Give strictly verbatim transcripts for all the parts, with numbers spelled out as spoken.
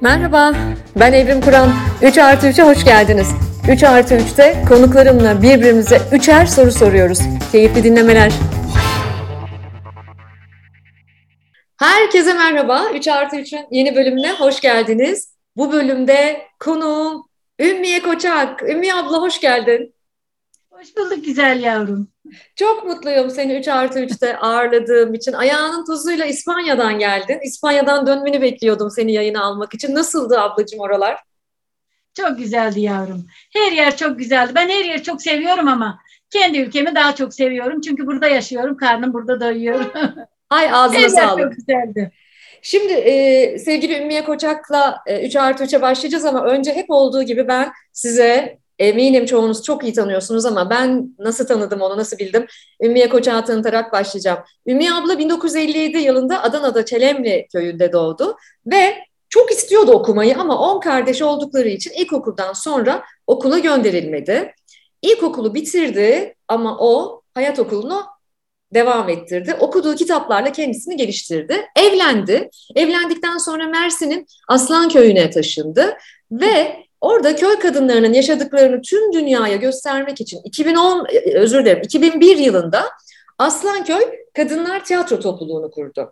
Merhaba, ben Evrim Kur'an. üç artı üçe hoş geldiniz. üç artı üçte konuklarımla birbirimize üçer soru soruyoruz. Keyifli dinlemeler. Herkese merhaba, üç artı üçün yeni bölümüne hoş geldiniz. Bu bölümde konuğum Ümmiye Koçak. Ümmiye abla hoş geldin. Hoş bulduk güzel yavrum. Çok mutluyum seni üç artı üçte ağırladığım için. Ayağının tozuyla İspanya'dan geldin. İspanya'dan dönmeni bekliyordum seni yayına almak için. Nasıldı ablacığım oralar? Çok güzeldi yavrum. Her yer çok güzeldi. Ben her yeri çok seviyorum ama kendi ülkemi daha çok seviyorum. Çünkü burada yaşıyorum. Karnım burada doyuyor. Ay ağzına Her yer sağlık. çok güzeldi. Şimdi e, sevgili Ümmiye Koçak'la e, üç artı üçe başlayacağız ama önce hep olduğu gibi ben size eminim çoğunuz çok iyi tanıyorsunuz ama ben nasıl tanıdım onu nasıl bildim? Ümmiye Koçak'ı tanıtarak başlayacağım. Ümmiye abla bin dokuz yüz elli yedi yılında Adana'da Çelemli köyünde doğdu ve çok istiyordu okumayı ama on kardeş oldukları için ilkokuldan sonra okula gönderilmedi. İlkokulu bitirdi ama o hayat okulunu devam ettirdi. Okuduğu kitaplarla kendisini geliştirdi. Evlendi. Evlendikten sonra Mersin'in Aslanköy'üne taşındı ve orada köy kadınlarının yaşadıklarını tüm dünyaya göstermek için iki bin on özür dilerim iki bin bir yılında Aslanköy Kadınlar Tiyatro Topluluğunu kurdu.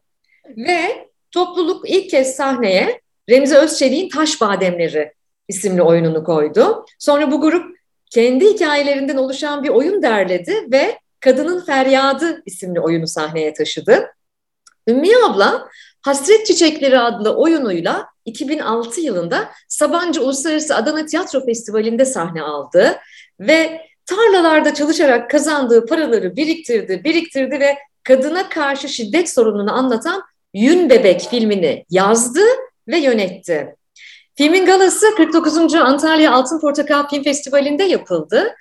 Ve topluluk ilk kez sahneye Remzi Özçelik'in Taş Bademleri isimli oyununu koydu. Sonra bu grup kendi hikayelerinden oluşan bir oyun derledi ve Kadının Feryadı isimli oyunu sahneye taşıdı. Ümmiye abla Hasret Çiçekleri adlı oyunuyla iki bin altı yılında Sabancı Uluslararası Adana Tiyatro Festivali'nde sahne aldı ve tarlalarda çalışarak kazandığı paraları biriktirdi, biriktirdi ve kadına karşı şiddet sorununu anlatan Yün Bebek filmini yazdı ve yönetti. Filmin galası kırk dokuzuncu Antalya Altın Portakal Film Festivali'nde yapıldı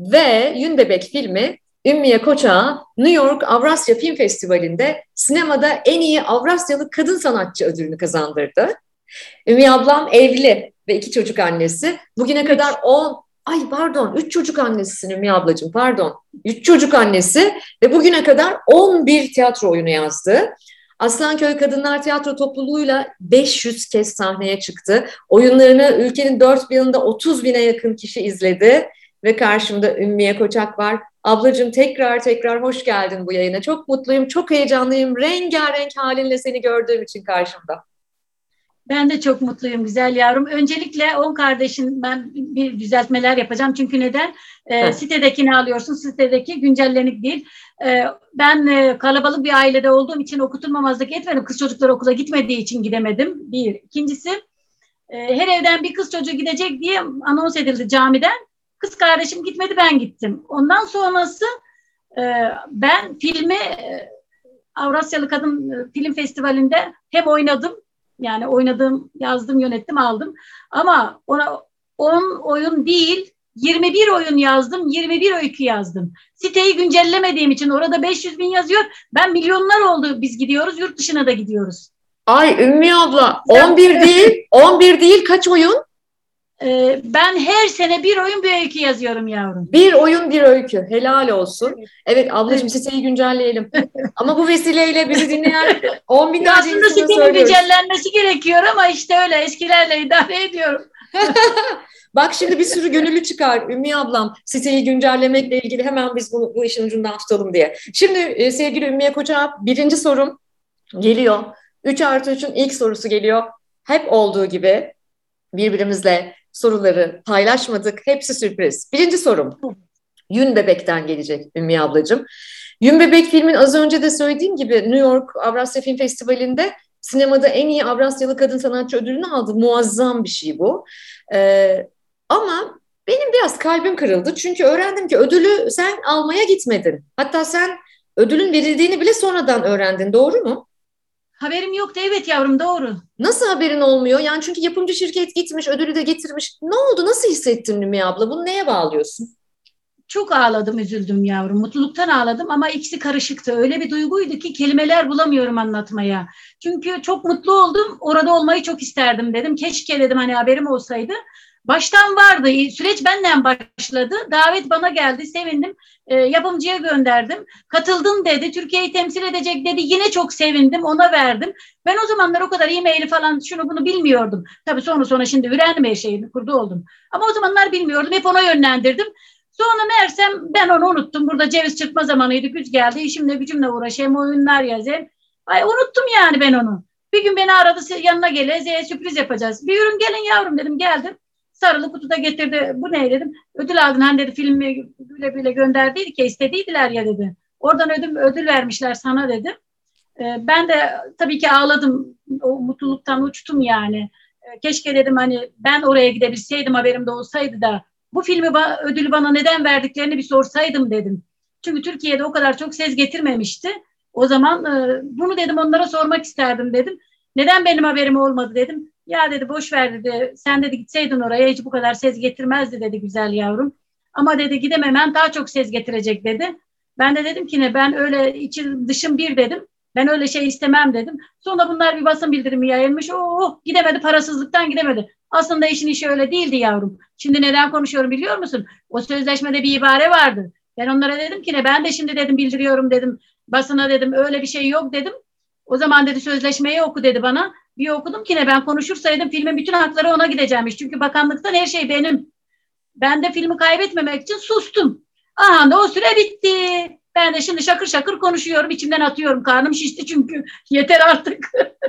ve Yün Bebek filmi Ümmiye Koçak'a New York Avrasya Film Festivali'nde sinemada en iyi Avrasyalı kadın sanatçı ödülünü kazandırdı. Ümmiye ablam evli ve iki çocuk annesi. Bugüne kadar on, ay pardon üç çocuk annesisin Ümmiye ablacığım pardon. Üç çocuk annesi ve bugüne kadar on bir tiyatro oyunu yazdı. Aslanköy Kadınlar Tiyatro Topluluğu'yla beş yüz kez sahneye çıktı. Oyunlarını ülkenin dört bir yanında otuz bine yakın kişi izledi ve karşımda Ümmiye Koçak var. Ablacığım tekrar tekrar hoş geldin bu yayına. Çok mutluyum, çok heyecanlıyım. Rengarenk halinle seni gördüğüm için karşımda. Ben de çok mutluyum güzel yavrum. Öncelikle on kardeşin ben bir düzeltmeler yapacağım. Çünkü neden? E, sitedekini alıyorsun. Sitedeki güncellenik değil. E, ben e, kalabalık bir ailede olduğum için okutulmamazlık etmedim. Kız çocukları okula gitmediği için gidemedim. Bir. İkincisi e, her evden bir kız çocuğu gidecek diye anons edildi camiden. Kız kardeşim gitmedi ben gittim. Ondan sonrası e, ben filmi e, Avrasyalı Kadın Film Festivali'nde hem oynadım. Yani oynadım, yazdım, yönettim, aldım. Ama ona on oyun değil, yirmi bir oyun yazdım, yirmi bir öykü yazdım. Siteyi güncellemediğim için orada beş yüz bin yazıyor. Ben milyonlar oldu biz gidiyoruz, yurt dışına da gidiyoruz. Ay Ümmü abla on bir değil, on bir değil kaç oyun? Ee, ben her sene bir oyun bir öykü yazıyorum yavrum. Bir oyun bir öykü. Helal olsun. Evet, evet ablacığım evet. siteyi güncelleyelim. Ama bu vesileyle bizi dinleyen on binlerce aslında sitenin güncellenmesi gerekiyor ama işte öyle eskilerle idare ediyorum. Bak şimdi bir sürü gönüllü çıkar Ümmü ablam siteyi güncellemekle ilgili hemen biz bunu, bu işin ucundan tutalım diye. Şimdi e, sevgili Ümmiye Koçak birinci sorum geliyor. üç artı üçün ilk sorusu geliyor. Hep olduğu gibi birbirimizle soruları paylaşmadık. Hepsi sürpriz. Birinci sorum. Yün Bebek'ten gelecek Ümmiye ablacığım. Yün Bebek filmin az önce de söylediğim gibi New York Avrasya Film Festivali'nde sinemada en iyi Avrasyalı kadın sanatçı ödülünü aldı. Muazzam bir şey bu. Ee, ama benim biraz kalbim kırıldı. Çünkü öğrendim ki ödülü sen almaya gitmedin. Hatta sen ödülün verildiğini bile sonradan öğrendin. Doğru mu? Haberim yoktu evet yavrum doğru. Nasıl haberin olmuyor? Yani çünkü yapımcı şirket gitmiş, ödülü de getirmiş. Ne oldu? Nasıl hissettin Ümmiye abla? Bunu neye bağlıyorsun? Çok ağladım, üzüldüm yavrum. Mutluluktan ağladım ama ikisi karışıktı. Öyle bir duyguydu ki kelimeler bulamıyorum anlatmaya. Çünkü çok mutlu oldum. Orada olmayı çok isterdim dedim. Keşke dedim hani haberim olsaydı. Baştan vardı. Süreç benden başladı. Davet bana geldi. Sevindim. E, yapımcıya gönderdim. Katıldın dedi. Türkiye'yi temsil edecek dedi. Yine çok sevindim. Ona verdim. Ben o zamanlar o kadar e-maili falan şunu bunu bilmiyordum. Tabii sonra sonra şimdi öğrendim her şeyini. Kurdu oldum. Ama o zamanlar bilmiyordum. Hep ona yönlendirdim. Sonra meğersem ben onu unuttum. Burada ceviz çırpma zamanıydı. Güz geldi. İşimle gücümle uğraşayım. Oyunlar yazayım. Ay unuttum yani ben onu. Bir gün beni aradı, yanına gele, Z'ye sürpriz yapacağız. Bir ürün gelin yavrum dedim, geldim. Sarılı kutuda getirdi. Bu ne dedim. Ödül aldın hani dedi, filmi böyle böyle gönderdiydi ki istediydiler ya dedi. Oradan ödül, ödül vermişler sana dedi. Ee, ben de tabii ki ağladım. O mutluluktan uçtum yani. Ee, keşke dedim hani ben oraya gidebilseydim, haberim de olsaydı da bu filmi ba- ödülü bana neden verdiklerini bir sorsaydım dedim. Çünkü Türkiye'de o kadar çok ses getirmemişti. O zaman e, bunu dedim onlara sormak isterdim dedim. Neden benim haberim olmadı dedim. Ya dedi boş ver dedi. Sen dedi gitseydin oraya hiç bu kadar ses getirmezdi dedi güzel yavrum. Ama dedi gidememem daha çok ses getirecek dedi. Ben de dedim ki ne, ben öyle içim dışım bir dedim. Ben öyle şey istemem dedim. Sonra bunlar bir basın bildirimi yayılmış. Oo gidemedi, parasızlıktan gidemedi. Aslında işin işi öyle değildi yavrum. Şimdi neden konuşuyorum biliyor musun? O sözleşmede bir ibare vardı. Ben onlara dedim ki ne, ben de şimdi dedim bildiriyorum dedim. Basına dedim öyle bir şey yok dedim. O zaman dedi sözleşmeyi oku dedi bana. Bir okudum ki ne, ben konuşursaydım filmin bütün hakları ona gidecekmiş. Çünkü bakanlıktan her şey benim. Ben de filmi kaybetmemek için sustum. Aha da o süre bitti. Ben de şimdi şakır şakır konuşuyorum. İçimden atıyorum. Karnım şişti çünkü. Yeter artık.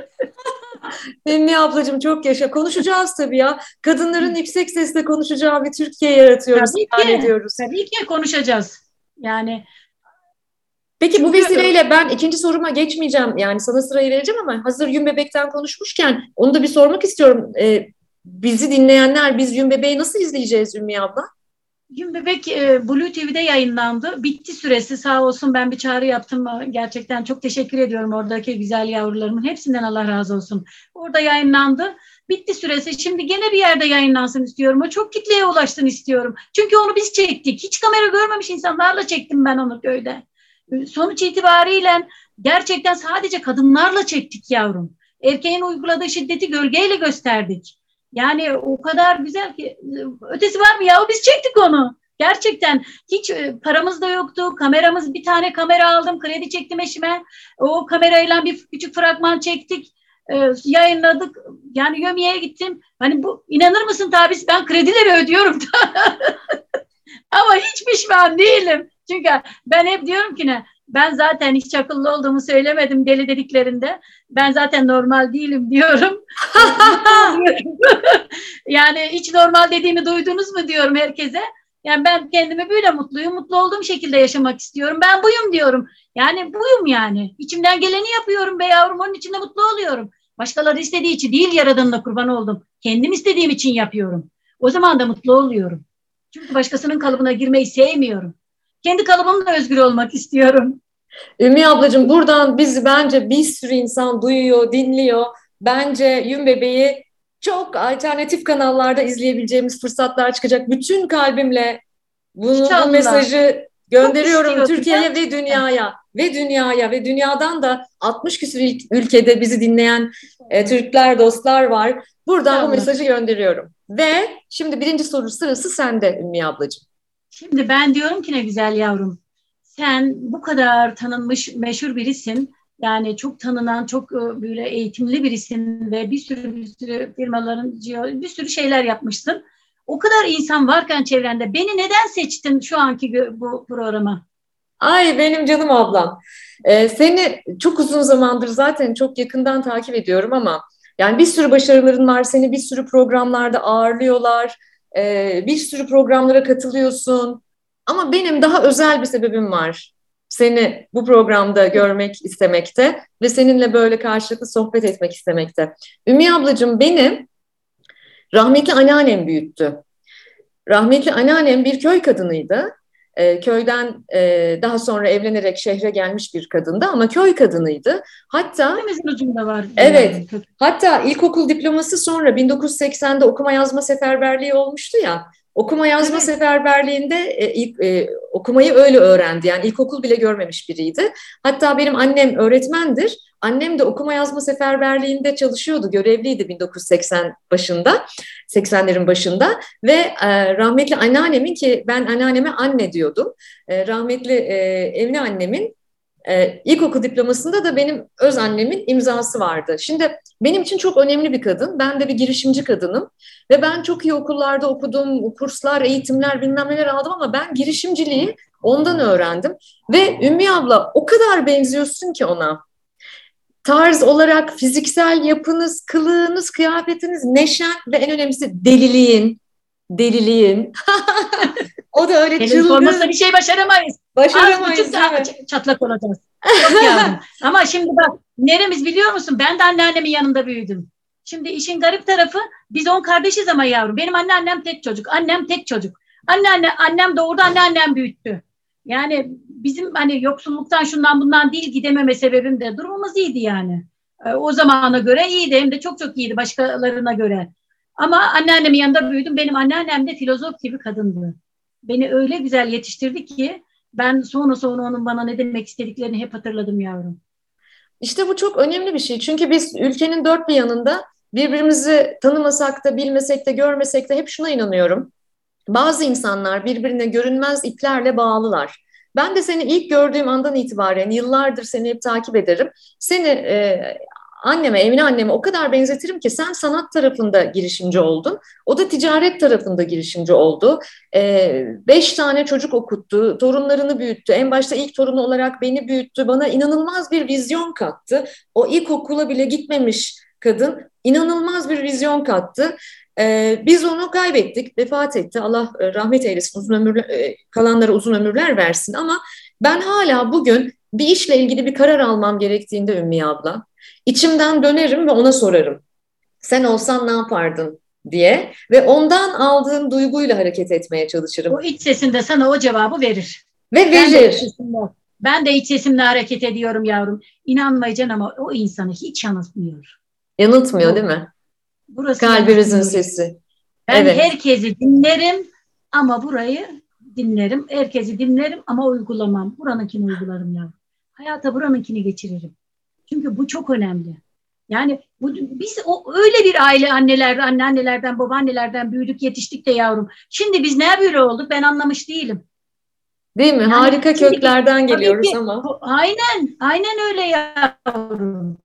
Emine ablacığım çok yaşa. Konuşacağız tabii ya. Kadınların yüksek sesle konuşacağı bir Türkiye yaratıyoruz, Tabii hayal ki. ediyoruz. Tabii ki konuşacağız. Yani Peki bu çünkü vesileyle ben ikinci soruma geçmeyeceğim. Yani sana sırayı vereceğim ama hazır Yün Bebek'ten konuşmuşken onu da bir sormak istiyorum. Ee, bizi dinleyenler, biz Yün Bebek'i nasıl izleyeceğiz Ümmü abla? Gün Bebek e, Blue T V'de yayınlandı. Bitti süresi, sağ olsun, ben bir çağrı yaptım. Gerçekten çok teşekkür ediyorum oradaki güzel yavrularımın. Hepsinden Allah razı olsun. Orada yayınlandı. Bitti süresi. Şimdi gene bir yerde yayınlansın istiyorum. O çok kitleye ulaşsın istiyorum. Çünkü onu biz çektik. Hiç kamera görmemiş insanlarla çektim ben onu köyde. Sonuç itibariyle gerçekten sadece kadınlarla çektik yavrum. Erkeğin uyguladığı şiddeti gölgeyle gösterdik. Yani o kadar güzel ki, ötesi var mı ya? Biz çektik onu. Gerçekten hiç paramız da yoktu. Kameramız, bir tane kamera aldım. Kredi çektim eşime. O kamerayla bir küçük fragman çektik. E, yayınladık. Yani Yömiye'ye gittim. Hani bu, inanır mısın Tabis, ben kredileri ödüyorum. Ama hiç pişman değilim. Çünkü ben hep diyorum ki ne, ben zaten hiç akıllı olduğumu söylemedim deli dediklerinde. Ben zaten normal değilim diyorum. Yani hiç normal dediğimi duydunuz mu diyorum herkese. Yani ben kendimi böyle mutluyum. Mutlu olduğum şekilde yaşamak istiyorum. Ben buyum diyorum. Yani buyum yani. İçimden geleni yapıyorum be yavrum. Onun için de mutlu oluyorum. Başkaları istediği için değil, Yaradan'la kurban oldum. Kendim istediğim için yapıyorum. O zaman da mutlu oluyorum. Çünkü başkasının kalıbına girmeyi sevmiyorum. Kendi kalıbımla özgür olmak istiyorum. Ümmü ablacığım buradan bizi bence bir sürü insan duyuyor, dinliyor. Bence Yün Bebeği çok alternatif kanallarda izleyebileceğimiz fırsatlar çıkacak. Bütün kalbimle bunu, bu İnşallah. mesajı Çok gönderiyorum istiyorum. Türkiye'ye ve dünyaya. Ve dünyaya ve dünyadan da altmış küsur ülkede bizi dinleyen e, Türkler, dostlar var. Buradan bu İnşallah. mesajı gönderiyorum. Ve şimdi birinci soru sırası sende Ümmü ablacığım. Şimdi ben diyorum ki ne güzel yavrum. Sen bu kadar tanınmış, meşhur birisin. Yani çok tanınan, çok böyle eğitimli birisin ve bir sürü bir sürü firmaların bir sürü şeyler yapmışsın. O kadar insan varken çevrende beni neden seçtin şu anki bu programa? Ay benim canım ablam. Ee, seni çok uzun zamandır zaten çok yakından takip ediyorum ama yani bir sürü başarıların var. Seni bir sürü programlarda ağırlıyorlar. Ee, bir sürü programlara katılıyorsun. Ama benim daha özel bir sebebim var. Seni bu programda görmek istemekte ve seninle böyle karşılıklı sohbet etmek istemekte. Ümmü ablacığım beni rahmetli anneannem büyüttü. Rahmetli anneannem bir köy kadınıydı. E, köyden e, daha sonra evlenerek şehre gelmiş bir kadındı ama köy kadınıydı. Hatta Hepimizin ucunda var. evet, hatta ilkokul diploması sonra bin dokuz yüz seksende okuma yazma seferberliği olmuştu ya. Okuma yazma Evet. seferberliğinde e, ilk, e, okumayı öyle öğrendi. Yani ilkokul bile görmemiş biriydi. Hatta benim annem öğretmendir. Annem de okuma yazma seferberliğinde çalışıyordu, görevliydi bin dokuz yüz seksen başında, seksenlerin başında ve e, rahmetli anneannemin, ki ben anneanneme anne diyordum, e, rahmetli e, Emine annemin e, ilkokul diplomasında da benim öz annemin imzası vardı. Şimdi benim için çok önemli bir kadın. Ben de bir girişimci kadınım ve ben çok iyi okullarda okudum, kurslar, eğitimler, bilmem neler aldım ama ben girişimciliği ondan öğrendim. Ve Ümmü abla, o kadar benziyorsun ki ona. Tarz olarak, fiziksel yapınız, kılığınız, kıyafetiniz, neşen ve en önemlisi deliliğin, deliliğin. O da öyle Telefon olmazsa çılgın. bir şey başaramayız. Az Başaramayız buçuk değil mi? da çatlak olacağız. Çok yavrum. Ama şimdi bak, neremiz biliyor musun? Ben de anneannemin yanında büyüdüm. Şimdi işin garip tarafı, biz on kardeşiz ama yavrum. Benim anneannem tek çocuk. Annem tek çocuk. Anneanne, annem doğurdu, anneannem büyüttü. Yani bizim hani yoksulluktan şundan bundan değil gidememe sebebim de durumumuz iyiydi yani. Ee, o zamana göre iyiydi, hem de çok çok iyiydi başkalarına göre. Ama anneannemin yanında büyüdüm. Benim anneannem de filozof gibi kadındı. Beni öyle güzel yetiştirdi ki ben sonra sonra onun bana ne demek istediklerini hep hatırladım yavrum. İşte bu çok önemli bir şey. Çünkü biz ülkenin dört bir yanında birbirimizi tanımasak da, bilmesek de, görmesek de hep şuna inanıyorum. Bazı insanlar birbirine görünmez iplerle bağlılar. Ben de seni ilk gördüğüm andan itibaren yıllardır seni hep takip ederim. Seni e, anneme, Emine anneme o kadar benzetirim ki sen sanat tarafında girişimci oldun. O da ticaret tarafında girişimci oldu. E, beş tane çocuk okuttu, torunlarını büyüttü. En başta ilk torunu olarak beni büyüttü. Bana inanılmaz bir vizyon kattı. O ilkokula bile gitmemiş kadın inanılmaz bir vizyon kattı. Ee, biz onu kaybettik, vefat etti. Allah e, rahmet eylesin, uzun ömürler, e, kalanlara uzun ömürler versin. Ama ben hala bugün bir işle ilgili bir karar almam gerektiğinde Ümmü abla, içimden dönerim ve ona sorarım. Sen olsan ne yapardın diye ve ondan aldığım duyguyla hareket etmeye çalışırım. O iç sesinde sana o cevabı verir. Ve Ben de iç verir. sesimle, ben de iç sesimle hareket ediyorum yavrum. İnanmayacaksın ama o insanı hiç yanıltmıyor. Yanıltmıyor değil Bu, mi? burası Kalbimizin yanıltmıyor. sesi. Ben Evet. herkesi dinlerim ama burayı dinlerim. Herkesi dinlerim ama uygulamam. Buranınkini uygularım ya. Hayata buranınkini geçiririm. Çünkü bu çok önemli. Yani bu, biz o öyle bir aile, anneler, anneannelerden, babaannelerden büyüdük, yetiştik de yavrum. Şimdi biz ne böyle olduk ben anlamış değilim. Değil mi? Yani Harika şimdi biz köklerden tabii geliyoruz ki ama. bu, aynen aynen öyle yavrum.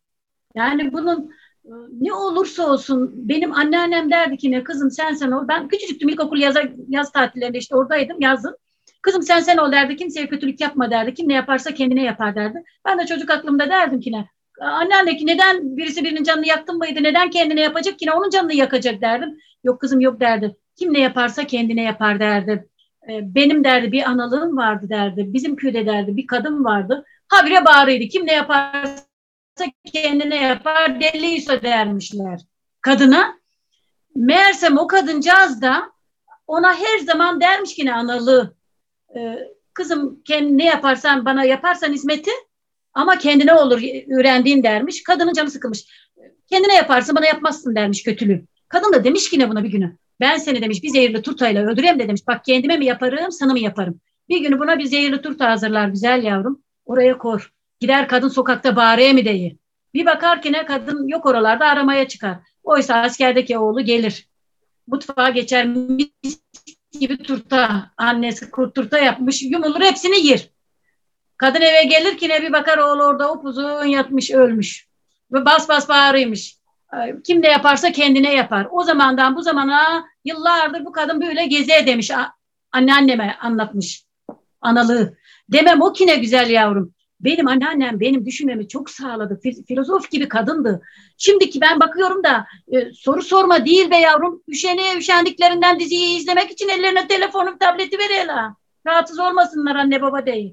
Yani bunun e, ne olursa olsun benim anneannem derdi ki ne kızım sen sen ol. Ben küçücüktüm ilkokul yaz, yaz tatillerinde işte oradaydım yazın. Kızım sen sen ol derdi. Kimseye kötülük yapma derdi. Kim ne yaparsa kendine yapar derdi. Ben de çocuk aklımda derdim ki ne? Anneanne ki neden birisi birinin canını yaktın mıydı? Neden kendine yapacak ki ne? Onun canını yakacak derdim. Yok kızım yok derdi. Kim ne yaparsa kendine yapar derdi. Benim derdi bir analığım vardı derdi. Bizim köyde derdi bir kadın vardı. Habire bağırıyordu. Kim ne yaparsa kendine yapar deliyse dermişler kadına. Meğersem o kadıncağız da ona her zaman dermiş ki ne analığı. Ee, kızım kendi ne yaparsan bana yaparsan hizmeti ama kendine olur öğrendiğin dermiş. Kadının canı sıkılmış. Kendine yaparsın bana yapmazsın dermiş kötülüğü. Kadın da demiş ki ne buna bir günü. Ben seni demiş bir zehirli turtayla öldüreyim de demiş. Bak kendime mi yaparım sana mı yaparım. Bir günü buna bir zehirli turta hazırlar güzel yavrum. Oraya kor. Gider kadın sokakta bağıraya mı deyi. Bir bakar ki ne kadın yok oralarda aramaya çıkar. Oysa askerdeki oğlu gelir. Mutfağa geçer mis gibi turta. Annesi kurt turta yapmış. Yumulur hepsini yer. Kadın eve gelir ki ne bir bakar oğlu orada upuzun yatmış ölmüş. Ve bas bas bağırıyormuş. Kim ne yaparsa kendine yapar. O zamandan bu zamana yıllardır bu kadın böyle geze demiş. Anneanneme anlatmış analığı. Demem o ki ne güzel yavrum. Benim anneannem benim düşünmemi çok sağladı. Filozof gibi kadındı. Şimdiki ben bakıyorum da e, soru sorma değil be yavrum. Üşeniye üşendiklerinden diziyi izlemek için ellerine telefonu, tableti veriyorlar. Rahatsız olmasınlar anne baba değil.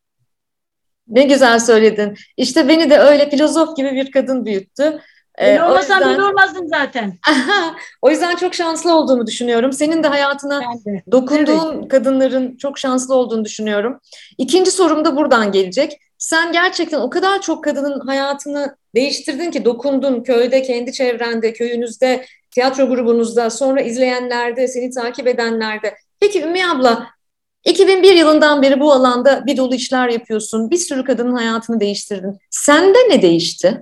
Ne güzel söyledin. İşte beni de öyle filozof gibi bir kadın büyüttü. Ee, Öyle o olmasam yüzden böyle olmazdın zaten. o yüzden çok şanslı olduğumu düşünüyorum. Senin de hayatına Ben de. dokunduğun Evet. kadınların çok şanslı olduğunu düşünüyorum. İkinci sorum da buradan gelecek. Sen gerçekten o kadar çok kadının hayatını değiştirdin ki, dokundun köyde, kendi çevrende, köyünüzde, tiyatro grubunuzda, sonra izleyenlerde, seni takip edenlerde. Peki Ümmü abla, iki bin bir yılından beri bu alanda bir dolu işler yapıyorsun. Bir sürü kadının hayatını değiştirdin. Sende ne değişti?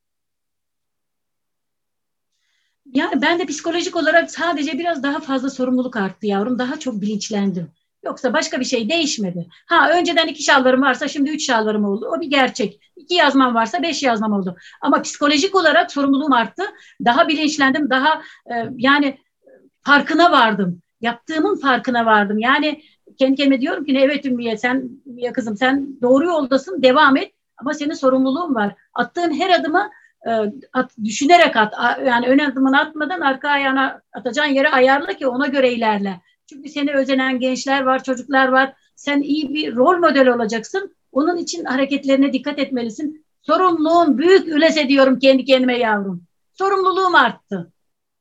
Yani ben de psikolojik olarak sadece biraz daha fazla sorumluluk arttı yavrum. Daha çok bilinçlendim. Yoksa başka bir şey değişmedi. Ha, önceden iki şalvarım varsa şimdi üç şalvarım oldu. O bir gerçek. İki yazmam varsa beş yazmam oldu. Ama psikolojik olarak sorumluluğum arttı. Daha bilinçlendim. Daha e, yani farkına vardım. Yaptığımın farkına vardım. Yani kendi kendime diyorum ki evet Ümmiye, sen Ümmiye kızım, sen doğru yoldasın, devam et. Ama senin sorumluluğun var. Attığın her adımı e, at, düşünerek at. Yani ön adımını atmadan arka ayağına atacağın yere ayarla ki ona göre ilerle. Çünkü seni özenen gençler var, çocuklar var. Sen iyi bir rol model olacaksın. Onun için hareketlerine dikkat etmelisin. Sorumluluğun büyük, üles diyorum kendi kendime yavrum. Sorumluluğum arttı.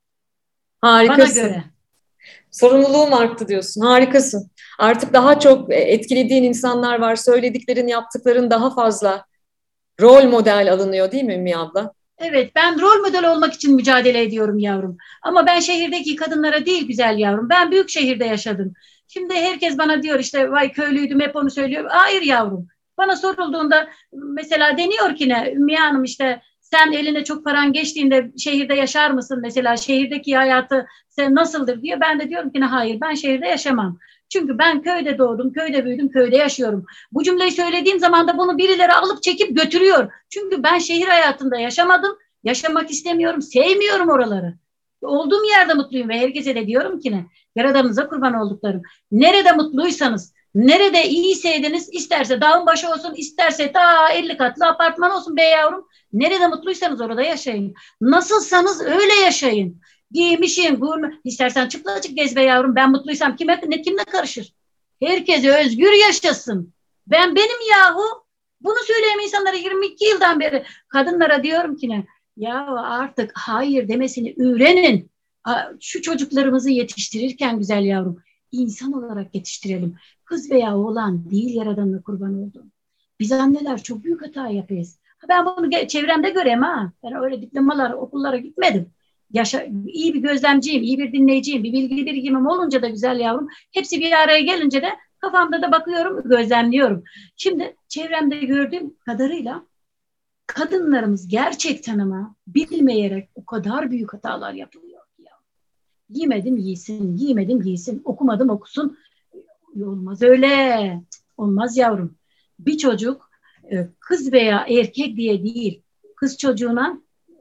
Bana Harikasın. göre. Sorumluluğum arttı diyorsun. Harikasın. Artık daha çok etkilediğin insanlar var. Söylediklerin, yaptıkların daha fazla rol model alınıyor değil mi Ümmü abla? Evet, ben rol model olmak için mücadele ediyorum yavrum. Ama ben şehirdeki kadınlara değil güzel yavrum. Ben büyük şehirde yaşadım. Şimdi herkes bana diyor işte vay köylüydüm, hep onu söylüyor. Hayır yavrum. Bana sorulduğunda mesela deniyor ki ne? Ümmüye Hanım, işte sen eline çok paran geçtiğinde şehirde yaşar mısın? Mesela şehirdeki hayatı sen nasıldır diyor. Ben de diyorum ki ne, hayır, ben şehirde yaşamam. Çünkü ben köyde doğdum, köyde büyüdüm, köyde yaşıyorum. Bu cümleyi söylediğim zaman da bunu birileri alıp çekip götürüyor. Çünkü ben şehir hayatında yaşamadım, yaşamak istemiyorum, sevmiyorum oraları. Olduğum yerde mutluyum ve herkese de diyorum ki ne? Yaradanınıza kurban olduklarım. Nerede mutluysanız, nerede iyiyseydiniz, isterse dağın başı olsun, isterse ta elli katlı apartman olsun be yavrum. Nerede mutluysanız orada yaşayın. Nasılsanız öyle yaşayın. Giymişim, bunu, istersen çıplacık gez be yavrum. Ben mutluysam kime, ne, kimle karışır? Herkes özgür yaşasın. Ben benim yahu. Bunu söyleyen insanlara yirmi iki yıldan beri kadınlara diyorum ki ne? Ya artık hayır demesini öğrenin. Şu çocuklarımızı yetiştirirken güzel yavrum, insan olarak yetiştirelim. Kız veya oğlan değil, yaradanına kurban olduğum. Biz anneler çok büyük hata yapıyoruz. Ben bunu çevremde göreyim ha. Ben öyle diplomalar, okullara gitmedim. Yaşa, iyi bir gözlemciyim, iyi bir dinleyiciyim, bir bilgili birikimim olunca da güzel yavrum. Hepsi bir araya gelince de kafamda da bakıyorum, gözlemliyorum. Şimdi çevremde gördüğüm kadarıyla kadınlarımız gerçekten ama bilmeyerek o kadar büyük hatalar yapılıyor. Ya. Giymedim giysin, giymedim giysin, okumadım okusun. Olmaz öyle. Olmaz yavrum. Bir çocuk kız veya erkek diye değil, kız çocuğuna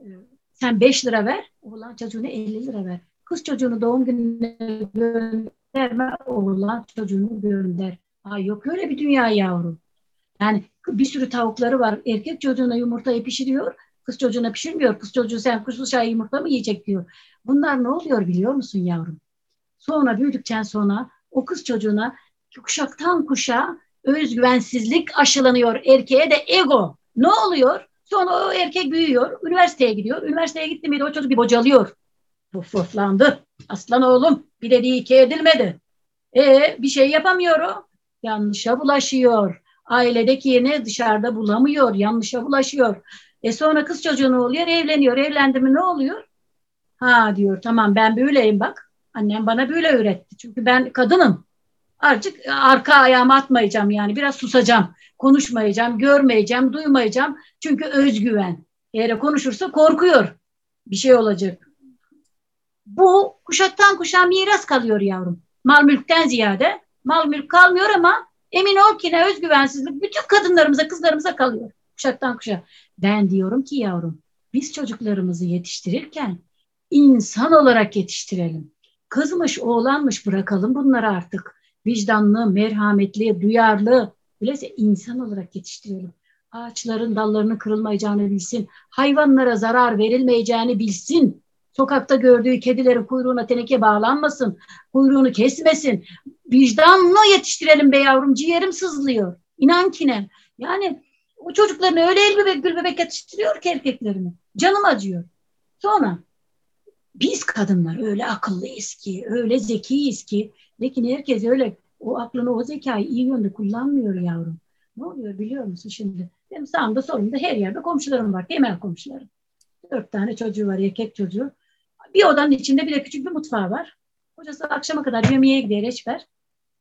sen beş lira ver, oğlan çocuğuna elli lira ver. Kız çocuğunu doğum gününe gönderme, oğlan çocuğunu gönder. Ay yok öyle bir dünya yavrum. Yani bir sürü tavukları var. Erkek çocuğuna yumurtayı pişiriyor, kız çocuğuna pişirmiyor. Kız çocuğu sen kuşlu yumurta mı yiyecek diyor. Bunlar ne oluyor biliyor musun yavrum? Sonra büyüdükten sonra o kız çocuğuna kuşaktan kuşağa özgüvensizlik aşılanıyor. Erkeğe de ego. Ne oluyor? Sonra o erkek büyüyor, üniversiteye gidiyor. Üniversiteye gitti miydi o çocuk bir bocalıyor. Fuflandı. Aslan oğlum bir dediği iki edilmedi. E bir şey yapamıyor o. Yanlışa bulaşıyor. Ailedeki yerini dışarıda bulamıyor. Yanlışa bulaşıyor. E sonra kız çocuğu ne oluyor? Evleniyor. Evlendi mi ne oluyor? Ha diyor, tamam ben böyleyim bak. Annem bana böyle öğretti. Çünkü ben kadınım. Artık arka ayağıma atmayacağım yani. Biraz susacağım. Konuşmayacağım, görmeyeceğim, duymayacağım. Çünkü özgüven. Eğer konuşursa korkuyor. Bir şey olacak. Bu kuşaktan kuşağa miras kalıyor yavrum. Mal mülkten ziyade. Mal mülk kalmıyor ama emin ol ki ne, özgüvensizlik bütün kadınlarımıza, kızlarımıza kalıyor. Kuşaktan kuşağa. Ben diyorum ki yavrum, biz çocuklarımızı yetiştirirken insan olarak yetiştirelim. Kızmış, oğlanmış bırakalım bunları artık. Vicdanlı, merhametli, duyarlı, öyleyse insan olarak yetiştirelim. Ağaçların dallarının kırılmayacağını bilsin. Hayvanlara zarar verilmeyeceğini bilsin. Sokakta gördüğü kedilerin kuyruğuna teneke bağlanmasın. Kuyruğunu kesmesin. Vicdanlı yetiştirelim be yavrum. Ciğerim sızlıyor. İnan ki ne? Yani o çocuklarını öyle el bebek gül bebek yetiştiriyor ki erkeklerini. Canım acıyor. Sonra biz kadınlar öyle akıllıyız ki, öyle zekiyiz ki, lakin herkes öyle o aklını, o zekayı iyi yönde kullanmıyor yavrum. Ne oluyor biliyor musun şimdi? Benim sağımda solumda her yerde komşularım var, temel komşularım. Dört tane çocuğu var, erkek çocuğu. Bir odanın içinde bir de küçük bir mutfağı var. Kocası akşama kadar yemeğe gider, eşber.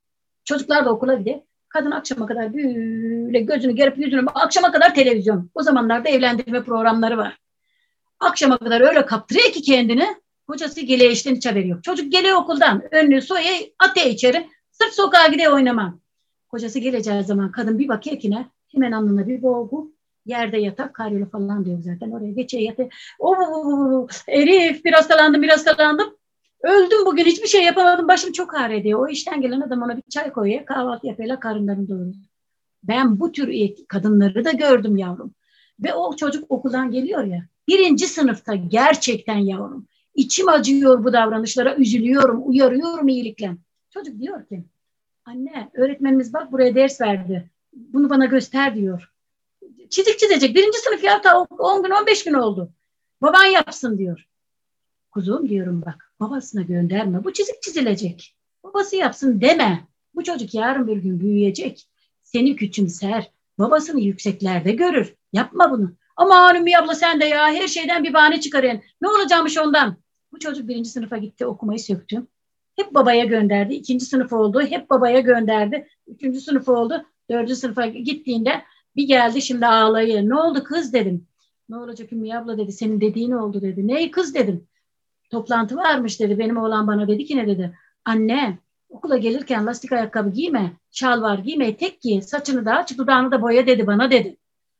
Çocuklar da okula gidiyor. Kadın akşama kadar böyle gözünü gerip yüzünü akşama kadar televizyon. O zamanlarda evlendirme programları var. Akşama kadar öyle kaptırıyor ki kendini. Kocası geliyor işten hiç haberi yok. Çocuk geliyor okuldan. Önlüğü soyuyor atıyor içeri. Sırf sokağa gidiyor oynama. Kocası geleceği zaman kadın bir bakıyor ki ne? Hemen alnına bir boğgu. Yerde yatak karyola falan diyor zaten. Oraya geçiyor yatıyor. Oo, Elif biraz hastalandım biraz hastalandım. Öldüm bugün hiçbir şey yapamadım. Başım çok ağrıyor diyor. O işten gelen adam ona bir çay koyuyor. Kahvaltı yapıyorlar karınlarını doyuruyor. Ben bu tür kadınları da gördüm yavrum. Ve o çocuk okuldan geliyor ya. Birinci sınıfta gerçekten yavrum. İçim acıyor bu davranışlara. Üzülüyorum, uyarıyorum iyilikle. Çocuk diyor ki anne öğretmenimiz bak buraya ders verdi. Bunu bana göster diyor. Çizik çizecek. Birinci sınıf ya on gün on beş gün oldu. Baban yapsın diyor. Kuzum diyorum bak babasına gönderme. Bu çizik çizilecek. Babası yapsın deme. Bu çocuk yarın bir gün büyüyecek. Seni küçümser. Babasını yükseklerde görür. Yapma bunu. Aman Ümmü abla sen de ya her şeyden bir bahane çıkarın. Ne olacakmış ondan? Bu çocuk birinci sınıfa gitti okumayı söktü. Hep babaya gönderdi. İkinci sınıf oldu. Hep babaya gönderdi. Üçüncü sınıf oldu. Dördüncü sınıfa gittiğinde bir geldi şimdi ağlayıyor. Ne oldu kız dedim. Ne olacak Ümmü abla dedi. Senin dediğin oldu dedi. Ney kız dedim. Toplantı varmış dedi. Benim oğlan bana dedi ki ne dedi. Anne okula gelirken lastik ayakkabı giyme. Şalvar giyme. Tek giy. Saçını da aç. Dudağını da boya dedi bana dedi.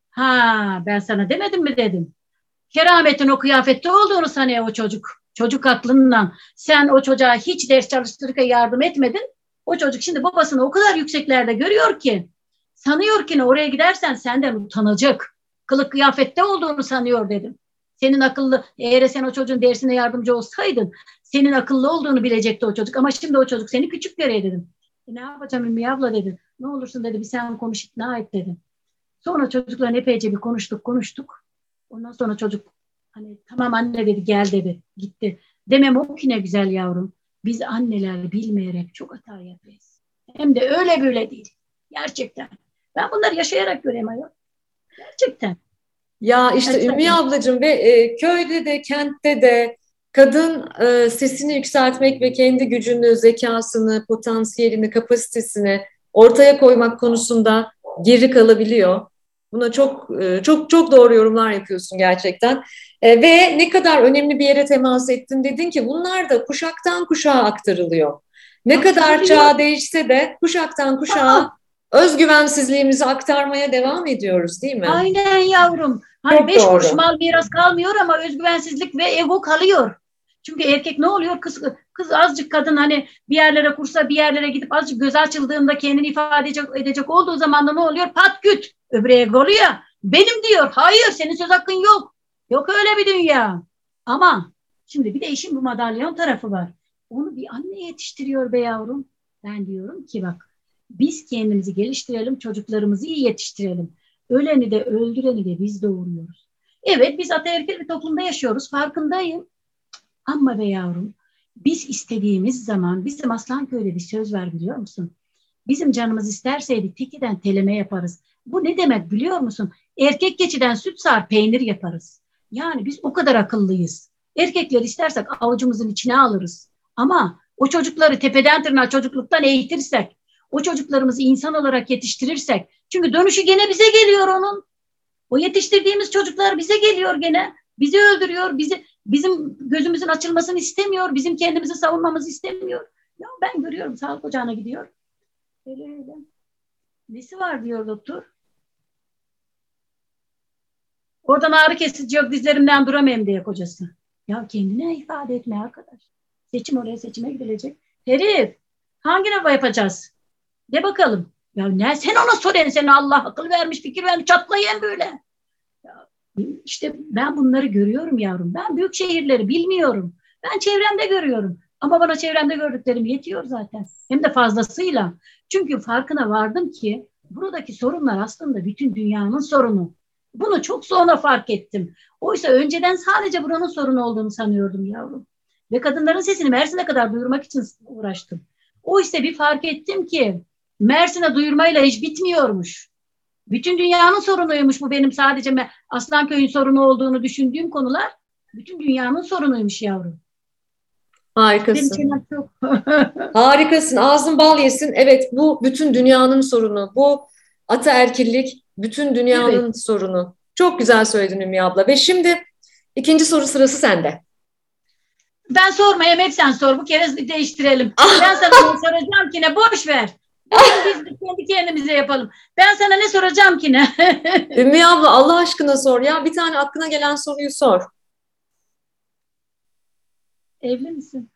Ha ben sana demedim mi dedim. Kerametin o kıyafette olduğunu sanıyor o çocuk. Çocuk aklından. Sen o çocuğa hiç ders çalıştırırken yardım etmedin. O çocuk şimdi babasını o kadar yükseklerde görüyor ki. Sanıyor ki oraya gidersen senden utanacak. Kılık kıyafette olduğunu sanıyor dedim. Senin akıllı, eğer sen o çocuğun dersine yardımcı olsaydın, senin akıllı olduğunu bilecekti o çocuk. Ama şimdi o çocuk seni küçük görüyor dedim. E ne yapacağım Ümmü abla dedi. Ne olursun dedi bir sen konuş ikna et dedi. Sonra çocukla epeyce bir konuştuk konuştuk. Ondan sonra çocuk hani tamam anne dedi gel dedi gitti. Demem o ki ne güzel yavrum. Biz anneler bilmeyerek çok hata yapıyoruz. Hem de öyle böyle değil. Gerçekten. Ben bunları yaşayarak göreyim ayol. Gerçekten. Ya işte Ümmü ablacığım ve e, köyde de kentte de kadın e, sesini yükseltmek ve kendi gücünü, zekasını, potansiyelini, kapasitesini ortaya koymak konusunda geri kalabiliyor. Buna çok e, çok çok doğru yorumlar yapıyorsun gerçekten. E, ve ne kadar önemli bir yere temas ettin dedin ki bunlar da kuşaktan kuşağa aktarılıyor. Ne kadar çağ değişse de kuşaktan kuşağa özgüvensizliğimizi aktarmaya devam ediyoruz değil mi? Aynen yavrum. Hani çok beş doğru. Kuruş mal miras kalmıyor ama özgüvensizlik ve ego kalıyor. Çünkü erkek ne oluyor? Kız, kız azıcık kadın hani bir yerlere kursa bir yerlere gidip azıcık göz açıldığında kendini ifade edecek, edecek olduğu zaman da ne oluyor? Pat küt. Öbürü egoluyor. Benim diyor. Hayır senin söz hakkın yok. Yok öyle bir dünya. Ama şimdi bir de işin bu madalyon tarafı var. Onu bir anne yetiştiriyor be yavrum. Ben diyorum ki bak biz kendimizi geliştirelim, çocuklarımızı iyi yetiştirelim. Öleni de öldüreni de biz doğuruyoruz. Evet biz ataerkil bir toplumda yaşıyoruz, farkındayım. Ama be yavrum, biz istediğimiz zaman, bizim Aslanköy'de bir söz var biliyor musun? Bizim canımız isterseydi tekiden teleme yaparız. Bu ne demek biliyor musun? Erkek keçiden süt sağar, peynir yaparız. Yani biz o kadar akıllıyız. Erkekler istersek avucumuzun içine alırız. Ama o çocukları tepeden tırnağa çocukluktan eğitirsek, o çocuklarımızı insan olarak yetiştirirsek, çünkü dönüşü gene bize geliyor onun. O yetiştirdiğimiz çocuklar bize geliyor gene. Bizi öldürüyor, bizi bizim gözümüzün açılmasını istemiyor, bizim kendimizi savunmamızı istemiyor. Ya ben görüyorum sağlık ocağına gidiyor. Öyle öyle. Nesi var diyor doktor. Oradan ağrı kesici yok dizlerimden duramam diye kocası. Ya kendine ifade etme arkadaş. Seçim oraya seçime gidilecek. Herif hangi nova yapacağız? De bakalım. Ya ne sen ona soruyorsun sen Allah akıl vermiş fikir vermiş çatlayın böyle. Ya, işte ben bunları görüyorum yavrum. Ben büyük şehirleri bilmiyorum. Ben çevremde görüyorum. Ama bana çevremde gördüklerim yetiyor zaten. Hem de fazlasıyla. Çünkü farkına vardım ki buradaki sorunlar aslında bütün dünyanın sorunu. Bunu çok sonra fark ettim. Oysa önceden sadece buranın sorunu olduğunu sanıyordum yavrum. Ve kadınların sesini Mersin'e kadar duyurmak için uğraştım. Oysa bir fark ettim ki Mersin'e duyurmayla iş bitmiyormuş. Bütün dünyanın sorunuymuş bu benim sadece Aslanköy'ün sorunu olduğunu düşündüğüm konular. Bütün dünyanın sorunuymuş yavrum. Benim Harikasın. çenem çok. Harikasın. Ağzın bal yesin. Evet, bu bütün dünyanın sorunu. Bu ataerkillik bütün Evet. dünyanın sorunu. Çok güzel söyledin Ümmü abla. Ve şimdi ikinci soru sırası sende. Ben sormayayım, hep sen sor. Bu kere değiştirelim. Ben sana ne soracağım ki ne? Boş ver. Bugün biz kendi kendimize yapalım. Ben sana ne soracağım ki ne? Ümmü abla Allah aşkına sor ya. Bir tane aklına gelen soruyu sor. Evli misin?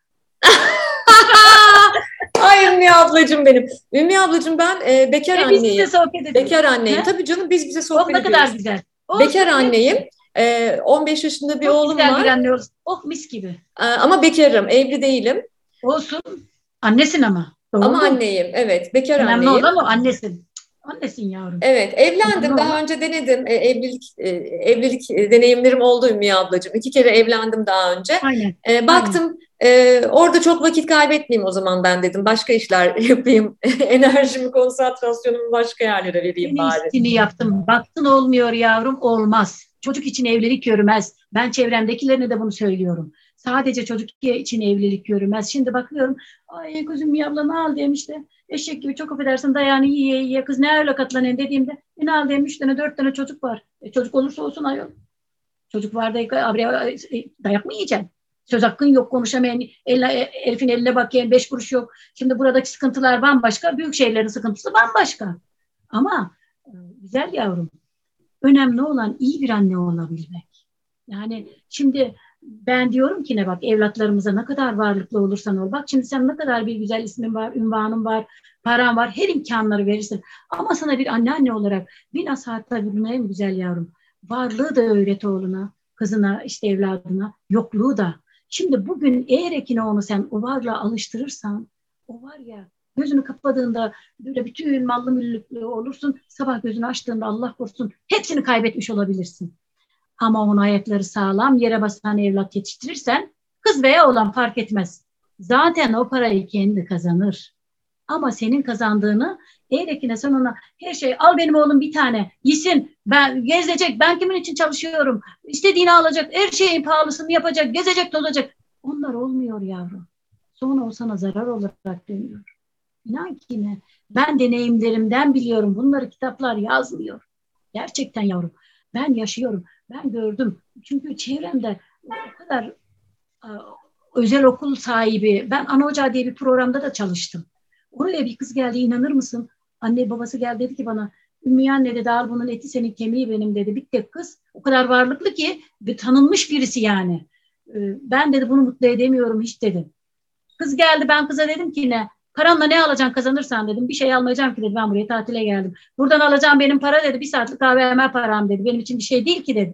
Ay Ümmü ablacığım benim. Ümmü ablacığım ben e, bekar E biz size anneyim. sohbet ediyoruz. Bekar anneyim. He? Tabii canım biz bize Oh sohbet ne kadar ediyoruz. güzel. Bekar Olsun, ne anneyim. güzel. E, on beş yaşında bir Çok oğlum güzel bir var. anne olsun. Oh mis gibi. E, ama bekarım. Evli değilim. Olsun. Annesin ama. Doğru Ama mu? anneyim. Evet. Bekar Önemli anneyim. olan o, annesin. Annesin yavrum. Evet. Önemli Evlendim. Daha olan. önce denedim. E, evlilik e, evlilik e, deneyimlerim oldu Ümmü ablacığım. İki kere evlendim daha önce. Aynen. E, Aynen. baktım e, orada çok vakit kaybetmeyeyim o zaman ben dedim. Başka işler yapayım. Enerjimi, konsantrasyonumu başka yerlere vereyim En bari. iyisini yaptım. Baktın olmuyor yavrum, olmaz. Çocuk için evlilik yürümez. Ben çevremdekilerine de bunu söylüyorum. Sadece çocuk için evlilik yürümez. Şimdi bakıyorum, ay kızım bir abla ne al demiş de eşek gibi çok affedersin dayağını yiye yiye kız ne öyle katlanayım dediğimde e, ne al demiş, üç tane dört tane çocuk var. E, çocuk olursa olsun ayol. Çocuk var da abriye, dayak mı yiyeceksin? Söz hakkın yok, konuşamayan, elle, Elif'in eline bakayım, beş kuruş yok. Şimdi buradaki sıkıntılar bambaşka, büyük şehirlerin sıkıntısı bambaşka. Ama e, güzel yavrum, önemli olan iyi bir anne olabilmek. Yani şimdi ben diyorum ki ne bak, evlatlarımıza ne kadar varlıklı olursan ol. Bak şimdi sen ne kadar bir güzel ismin var, ünvanın var, paran var, her imkanları verirsin. Ama sana bir anneanne olarak bir nasihatta bulunayım güzel yavrum. Varlığı da öğret oğluna, kızına, işte evladına, yokluğu da. Şimdi bugün eğer ekine onu sen o varlığa alıştırırsan, o var ya, gözünü kapadığında böyle bütün mallı mülklü olursun. Sabah gözünü açtığında Allah korusun hepsini kaybetmiş olabilirsin. Ama onun ayakları sağlam yere basan evlat yetiştirirsen, kız veya oğlan fark etmez. Zaten o parayı kendi kazanır. Ama senin kazandığını eğer ekine sen ona her şey al benim oğlum bir tane yesin, ben gezecek, ben kimin için çalışıyorum, istediğini alacak, her şeyin pahalısını yapacak, gezecek tozacak. Onlar olmuyor yavrum. Sonra o sana zarar olarak dönüyor. İnan ki ne? Ben deneyimlerimden biliyorum. Bunları kitaplar yazmıyor. Gerçekten yavrum. Ben yaşıyorum. Ben gördüm. Çünkü çevremde o kadar e, özel okul sahibi. Ben Ana Ocağı diye bir programda da çalıştım. Oraya bir kız geldi, inanır mısın? Anne babası geldi dedi ki bana, Ümmü anne dedi, al bunun eti senin kemiği benim dedi. Bir tek kız. O kadar varlıklı ki bir tanınmış birisi yani. E, ben dedi bunu mutlu edemiyorum hiç dedim. Kız geldi, ben kıza dedim ki ne? Paranla ne alacaksın kazanırsan dedim. Bir şey almayacağım ki dedi, ben buraya tatile geldim. Buradan alacağım benim para dedi. Bir saatlik kahve hemen param dedi. Benim için bir şey değil ki dedi.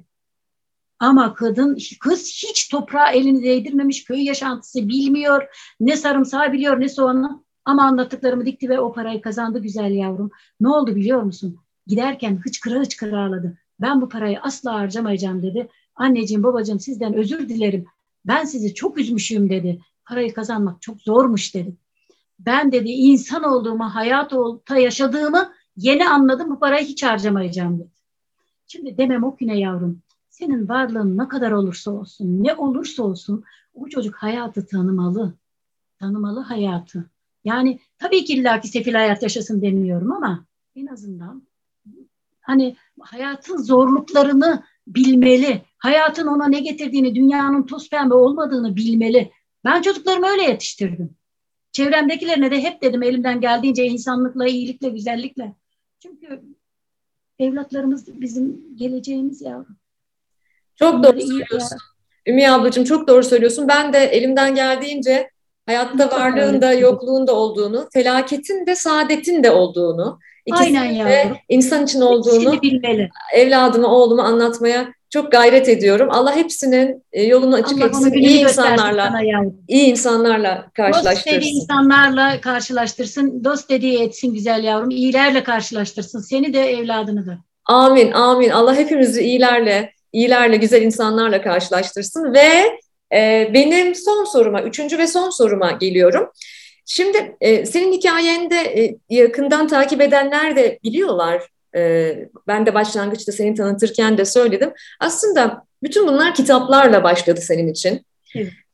Ama kadın, kız hiç toprağa elini değdirmemiş, köy yaşantısı bilmiyor. Ne sarımsağı biliyor ne soğanı. Ama anlattıklarımı dikti ve o parayı kazandı güzel yavrum. Ne oldu biliyor musun? Giderken hıçkıra hıçkıra ağladı. Ben bu parayı asla harcamayacağım dedi. Anneciğim babacığım sizden özür dilerim. Ben sizi çok üzmüşüm dedi. Parayı kazanmak çok zormuş dedi. Ben dedi insan olduğumu, hayatta yaşadığımı yeni anladım. Bu parayı hiç harcamayacağım dedi. Şimdi demem o ki ne yavrum? Senin varlığın ne kadar olursa olsun, ne olursa olsun o çocuk hayatı tanımalı. Tanımalı hayatı. Yani tabii ki illaki sefil hayat yaşasın demiyorum ama en azından hani hayatın zorluklarını bilmeli. Hayatın ona ne getirdiğini, dünyanın toz pembe olmadığını bilmeli. Ben çocuklarımı öyle yetiştirdim. Çevremdekilerine de hep dedim elimden geldiğince insanlıkla, iyilikle, güzellikle. Çünkü evlatlarımız bizim geleceğimiz yavrum. Çok doğru Onları iyi söylüyorsun. Ümmü ablacığım çok doğru söylüyorsun. Ben de elimden geldiğince hayatta mutlaka varlığın öyle da düşündüm. yokluğun da olduğunu, felaketin de saadetin de olduğunu, Aynen ikisinin de yavrum. insan için Hepsini olduğunu bilmeli. evladıma, oğluma anlatmaya çok gayret ediyorum. Allah hepsinin e, yolunu açık Allah onun etsin. gününü İyi göstersin insanlarla, sana yavrum. iyi insanlarla Dost dediği karşılaştırsın. insanlarla karşılaştırsın. Dost dediği etsin güzel yavrum. İyilerle karşılaştırsın. Seni de evladını da. Amin, amin. Allah hepimizi iyilerle, iyilerle, güzel insanlarla karşılaştırsın. Ve e, benim son soruma, üçüncü ve son soruma geliyorum. Şimdi e, senin hikayende e, yakından takip edenler de biliyorlar. E, ben de başlangıçta seni tanıtırken de söyledim. Aslında bütün bunlar kitaplarla başladı senin için. Evet.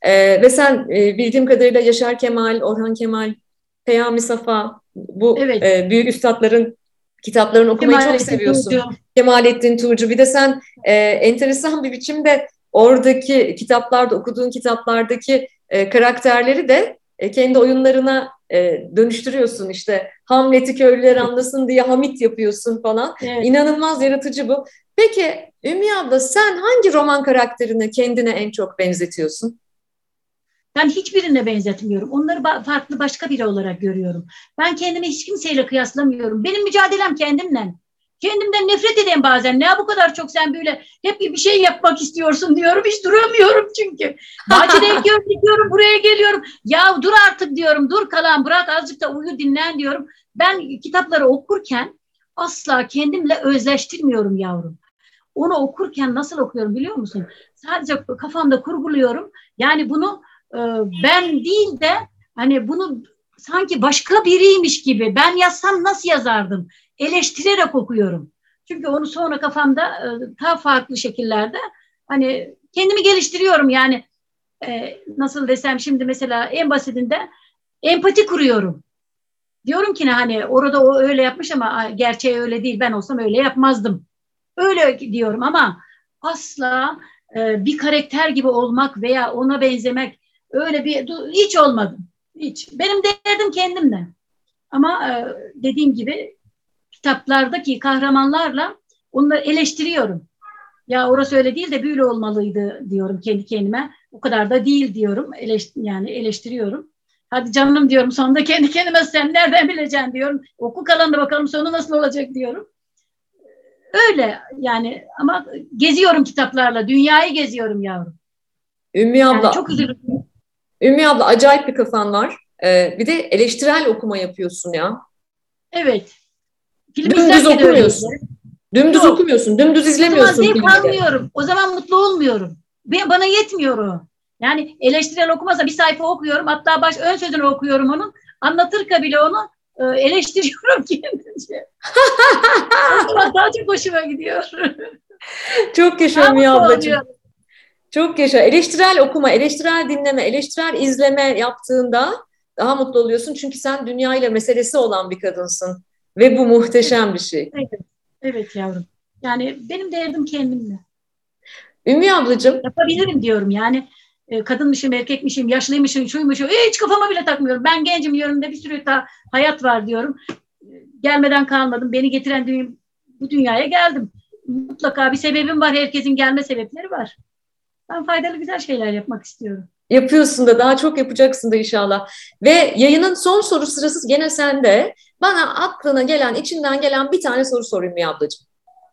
Ee, ve sen e, bildiğim kadarıyla Yaşar Kemal, Orhan Kemal, Peyami Safa, bu Evet. e, büyük üstatların kitaplarını okumayı çok Kemalettin seviyorsun. Tuğcu. Kemalettin Tuğcu. Bir de sen e, enteresan bir biçimde oradaki kitaplarda, okuduğun kitaplardaki e, karakterleri de e, kendi oyunlarına e, dönüştürüyorsun. İşte Hamlet'i köylüler Evet. anlasın diye Hamit yapıyorsun falan. Evet. İnanılmaz yaratıcı bu. Peki Ümmü abla, sen hangi roman karakterini kendine en çok benzetiyorsun? Ben hiçbirine benzetmiyorum. Onları ba- farklı başka biri olarak görüyorum. Ben kendimi hiç kimseyle kıyaslamıyorum. Benim mücadelem kendimle. Kendimden nefret edeyim bazen. Ne bu kadar çok sen böyle hep bir şey yapmak istiyorsun diyorum. Hiç duramıyorum çünkü. Bahçede ekiyorum, dikiyorum, buraya geliyorum. Ya dur artık diyorum. Dur kalan bırak azıcık da uyu dinlen diyorum. Ben kitapları okurken asla kendimle özleştirmiyorum yavrum. Onu okurken nasıl okuyorum biliyor musun? Sadece kafamda kurguluyorum. Yani bunu e, ben değil de hani bunu sanki başka biriymiş gibi ben yazsam nasıl yazardım? Eleştirerek okuyorum. Çünkü onu sonra kafamda e, daha farklı şekillerde hani kendimi geliştiriyorum. Yani e, nasıl desem şimdi mesela en basitinde empati kuruyorum. Diyorum ki ne hani orada o öyle yapmış ama gerçeği öyle değil. Ben olsam öyle yapmazdım. Öyle diyorum ama asla e, bir karakter gibi olmak veya ona benzemek öyle bir hiç olmadım. Hiç. Benim derdim kendimle. Ama e, dediğim gibi kitaplardaki kahramanlarla onları eleştiriyorum. Ya orası öyle değil de böyle olmalıydı diyorum kendi kendime. O kadar da değil diyorum. Eleşt yani eleştiriyorum. Hadi canım diyorum sonunda kendi kendime sen nereden bileceksin diyorum. Oku kalanına bakalım sonu nasıl olacak diyorum. Öyle yani ama geziyorum kitaplarla. Dünyayı geziyorum yavrum. Ümmü Yani abla, çok üzülürüm. Ümmü abla acayip bir kafan var. Ee, bir de eleştirel okuma yapıyorsun ya. Evet. Film Dümdüz izlerken öyleydi. okumuyorsun. Dümdüz Yok. okumuyorsun. Dümdüz O zaman izlemiyorsun zevk filmi de. almıyorum. O zaman mutlu olmuyorum. Bana yetmiyor o. Yani eleştirel okumasa bir sayfa okuyorum. Hatta baş ön sözünü okuyorum onun. Anlatırken bile onu e, eleştiriyorum kendimce. O zaman daha çok hoşuma gidiyor. Çok yaşa Daha Ümmü mutlu ablacığım. oluyorum. Çok yaşa. Eleştirel okuma, eleştirel dinleme, eleştirel izleme yaptığında daha mutlu oluyorsun. Çünkü sen dünyayla meselesi olan bir kadınsın. Ve bu Evet, muhteşem bir şey. evet, evet yavrum. Yani benim derdim kendimle. Ümmü ablacığım, Yapabilirim diyorum yani. E, kadınmışım, erkekmişim, yaşlıymışım, şuymuşum. Hiç kafama bile takmıyorum. Ben gencim, yanımda bir sürü daha hayat var diyorum. E, Gelmeden kalmadım. Beni getiren dünya, bu dünyaya geldim. Mutlaka bir sebebim var. Herkesin gelme sebepleri var. Ben faydalı güzel şeyler yapmak istiyorum. yapıyorsun da daha çok yapacaksın da inşallah. Ve yayının son soru sırası gene sende. Bana aklına gelen, içinden gelen bir tane soru sorayım Ümmü ablacığım.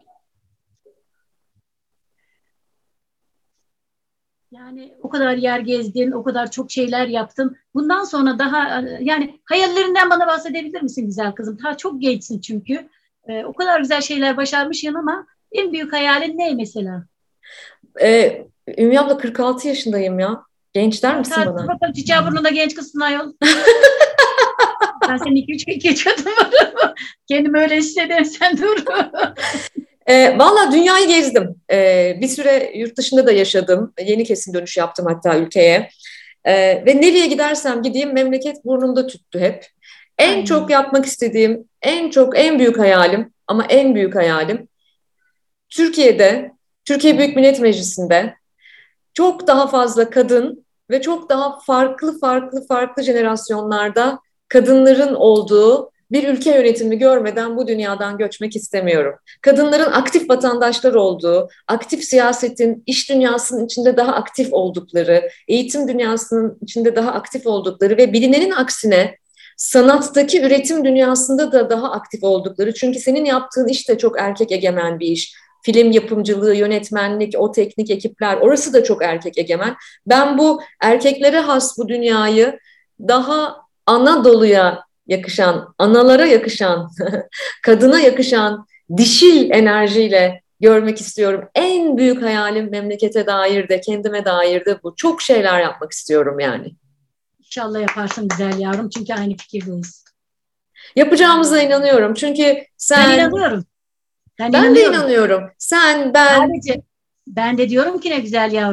Yani o kadar yer gezdin, o kadar çok şeyler yaptın. Bundan sonra daha yani hayallerinden bana bahsedebilir misin güzel kızım? Daha çok gençsin çünkü. Ee, o kadar güzel şeyler başarmışsın ama en büyük hayalin ne mesela? Ee, Ümmü abla kırk altı yaşındayım ya. Genç der Evet, misin hadi bana? bakalım çiçeği burnunda genç kızsın ayol. Ben senin iki üç iki üç adım varım. Kendimi öyle hissederim sen dur. E, valla dünyayı gezdim. E, bir süre yurt dışında da yaşadım. Yeni kesin dönüş yaptım hatta ülkeye. E, ve nereye gidersem gideyim memleket burnumda tüttü hep. En çok Ay, yapmak istediğim, en çok, en büyük hayalim ama en büyük hayalim Türkiye'de, Türkiye Büyük Millet Meclisi'nde çok daha fazla kadın ve çok daha farklı farklı farklı jenerasyonlarda kadınların olduğu bir ülke yönetimi görmeden bu dünyadan göçmek istemiyorum. Kadınların aktif vatandaşlar olduğu, aktif siyasetin, iş dünyasının içinde daha aktif oldukları, eğitim dünyasının içinde daha aktif oldukları ve bilinenin aksine sanattaki üretim dünyasında da daha aktif oldukları. Çünkü senin yaptığın iş de çok erkek egemen bir iş. Film yapımcılığı, yönetmenlik, o teknik ekipler, orası da çok erkek egemen. Ben bu erkeklere has bu dünyayı daha Anadolu'ya yakışan, analara yakışan, kadına yakışan dişil enerjiyle görmek istiyorum. En büyük hayalim memlekete dair de, kendime dair de bu. Çok şeyler yapmak istiyorum yani. İnşallah yaparsın güzel yavrum çünkü aynı fikirdeyiz. Yapacağımıza inanıyorum. Çünkü Ben sen, inanıyorum. Ben ben de inanıyorum. inanıyorum. Sen, ben, Sadece ben de diyorum ki ne güzel yavrum.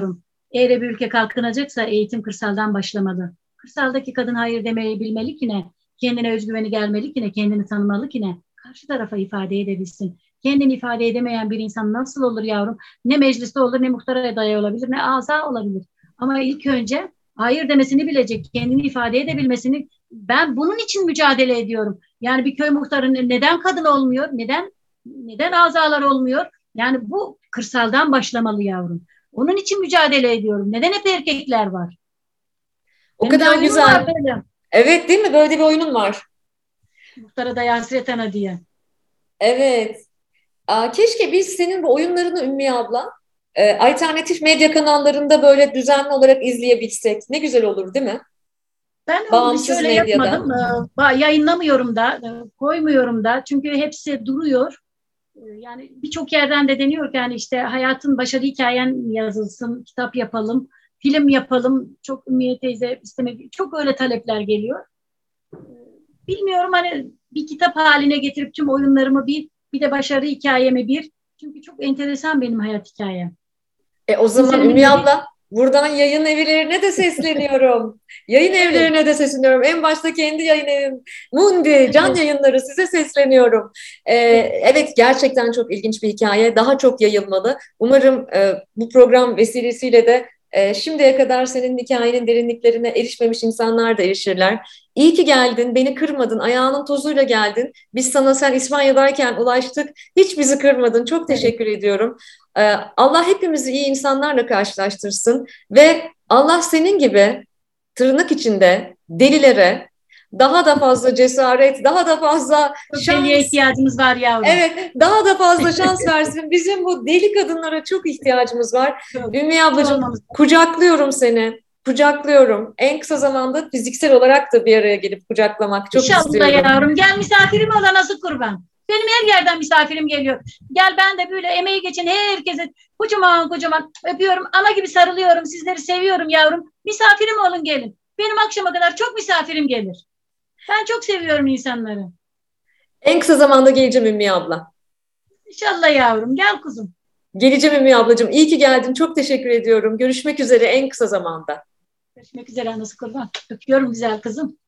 Eğer bir ülke kalkınacaksa eğitim kırsaldan başlamalı. Kırsaldaki kadın hayır demeyi bilmeli ki ne? Kendine özgüveni gelmeli ki ne? Kendini tanımalı ki ne? Karşı tarafa ifade edebilsin. Kendini ifade edemeyen bir insan nasıl olur yavrum? Ne mecliste olur, ne muhtara adayı olabilir, ne aza olabilir. Ama ilk önce hayır demesini bilecek, kendini ifade edebilmesini, ben bunun için mücadele ediyorum. Yani bir köy muhtarı neden kadın olmuyor? Neden neden azalar olmuyor? Yani bu kırsaldan başlamalı yavrum. Onun için mücadele ediyorum. Neden hep erkekler var? O Benim bir kadar oyunum var güzel. böyle. Evet, değil mi? Böyle bir oyunun var. Muhtara da hasret ana diye. Evet. Aa, keşke biz senin bu oyunlarını Ümmüye abla e, alternatif medya kanallarında böyle düzenli olarak izleyebilsek. Ne güzel olur, değil mi? Ben onu Bağımsız şöyle medyada. yapmadım. Ee, Yayınlamıyorum da, e, koymuyorum da. Çünkü hepsi duruyor. Ee, Yani birçok yerden de deniyor ki yani işte hayatın başarı hikayen yazılsın, kitap yapalım, film yapalım. Çok Ümmiye teyze istemek, çok öyle talepler geliyor. Bilmiyorum hani bir kitap haline getirip tüm oyunlarımı bir, bir de başarı hikayemi bir. Çünkü çok enteresan benim hayat hikayem. E, o zaman Kimsenin Ümmüye bilmediği. abla buradan yayın evlerine de sesleniyorum. Yayın Evet. evlerine de sesleniyorum. En başta kendi yayın evim Mundi, Can Evet. Yayınları size sesleniyorum. E, Evet. evet gerçekten çok ilginç bir hikaye. Daha çok yayılmalı. Umarım e, bu program vesilesiyle de e, şimdiye kadar senin hikayenin derinliklerine erişmemiş insanlar da erişirler. İyi ki geldin, beni kırmadın, ayağının tozuyla geldin. Biz sana sen İspanya'dayken ulaştık. Hiç bizi kırmadın. Çok Evet. teşekkür ediyorum. Ee, Allah hepimizi iyi insanlarla karşılaştırsın ve Allah senin gibi tırnak içinde delilere daha da fazla cesaret, daha da fazla Çok deliye şans, ihtiyacımız var yavrum. evet daha da fazla şans versin. Bizim bu deli kadınlara çok ihtiyacımız var. Çok. Ümmüye Çok ablacığım olmamız. kucaklıyorum seni. Kucaklıyorum. En kısa zamanda fiziksel olarak da bir araya gelip kucaklamak çok İnşallah istiyorum. yavrum. Gel misafirim ol anası kurban. Benim her yerden misafirim geliyor. Gel ben de böyle emeği geçen herkese kocaman kocaman öpüyorum. Ana gibi sarılıyorum. Sizleri seviyorum yavrum. Misafirim olun gelin. Benim akşama kadar çok misafirim gelir. Ben çok seviyorum insanları. En kısa zamanda geleceğim Ümmüye abla. İnşallah yavrum. Gel kuzum. Geleceğim Ümmüye ablacığım. İyi ki geldin. Çok teşekkür ediyorum. Görüşmek üzere en kısa zamanda. Görüşmek üzere anası kurban. Öpüyorum güzel kızım.